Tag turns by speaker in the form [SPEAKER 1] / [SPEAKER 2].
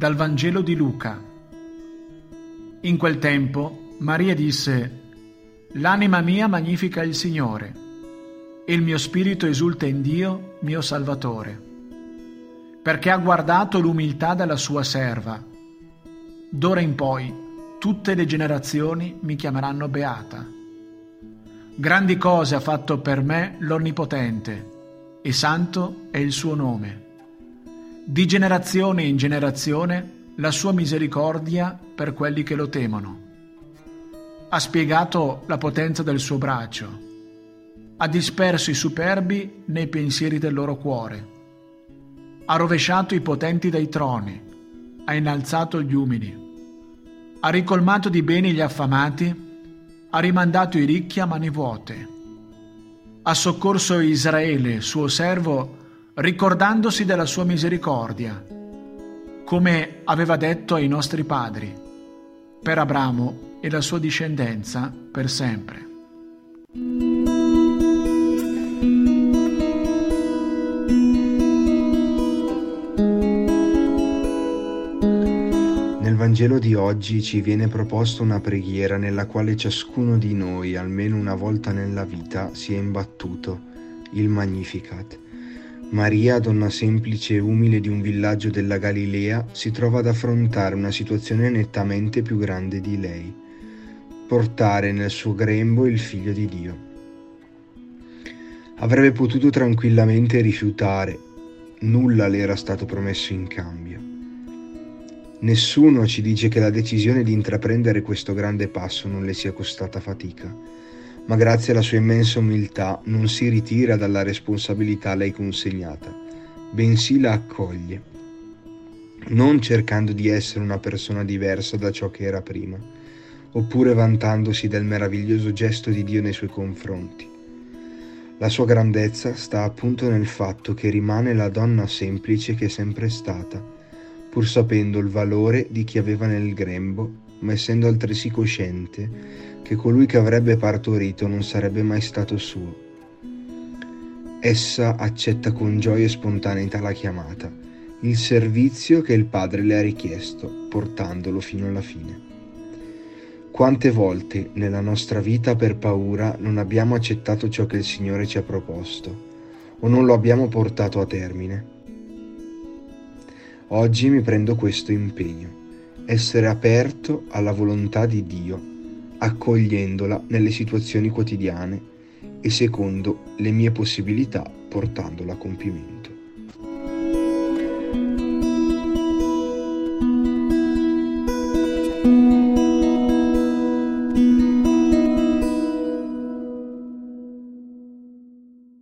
[SPEAKER 1] Dal Vangelo di Luca. In quel tempo Maria disse: «L'anima mia magnifica il Signore, e il mio spirito esulta in Dio, mio Salvatore, perché ha guardato l'umiltà della sua serva. D'ora in poi tutte le generazioni mi chiameranno beata. Grandi cose ha fatto per me l'Onnipotente, e santo è il suo nome. Di generazione in generazione la sua misericordia per quelli che lo temono. Ha spiegato la potenza del suo braccio, ha disperso i superbi nei pensieri del loro cuore, ha rovesciato i potenti dai troni, ha innalzato gli umili, ha ricolmato di beni gli affamati, ha rimandato i ricchi a mani vuote, ha soccorso Israele, suo servo, ricordandosi della sua misericordia, come aveva detto ai nostri padri, per Abramo e la sua discendenza per sempre».
[SPEAKER 2] Nel Vangelo di oggi ci viene proposta una preghiera nella quale ciascuno di noi, almeno una volta nella vita, si è imbattuto, il Magnificat. Maria, donna semplice e umile di un villaggio della Galilea, si trova ad affrontare una situazione nettamente più grande di lei: portare nel suo grembo il Figlio di Dio. Avrebbe potuto tranquillamente rifiutare, nulla le era stato promesso in cambio. Nessuno ci dice che la decisione di intraprendere questo grande passo non le sia costata fatica, ma grazie alla sua immensa umiltà non si ritira dalla responsabilità a lei consegnata, bensì la accoglie, non cercando di essere una persona diversa da ciò che era prima, oppure vantandosi del meraviglioso gesto di Dio nei suoi confronti. La sua grandezza sta appunto nel fatto che rimane la donna semplice che è sempre stata, pur sapendo il valore di chi aveva nel grembo, ma essendo altresì cosciente che colui che avrebbe partorito non sarebbe mai stato suo. Essa accetta con gioia e spontaneità la chiamata, il servizio che il Padre le ha richiesto, portandolo fino alla fine. Quante volte nella nostra vita per paura non abbiamo accettato ciò che il Signore ci ha proposto, o non lo abbiamo portato a termine? Oggi mi prendo questo impegno: essere aperto alla volontà di Dio, accogliendola nelle situazioni quotidiane e secondo le mie possibilità portandola a compimento.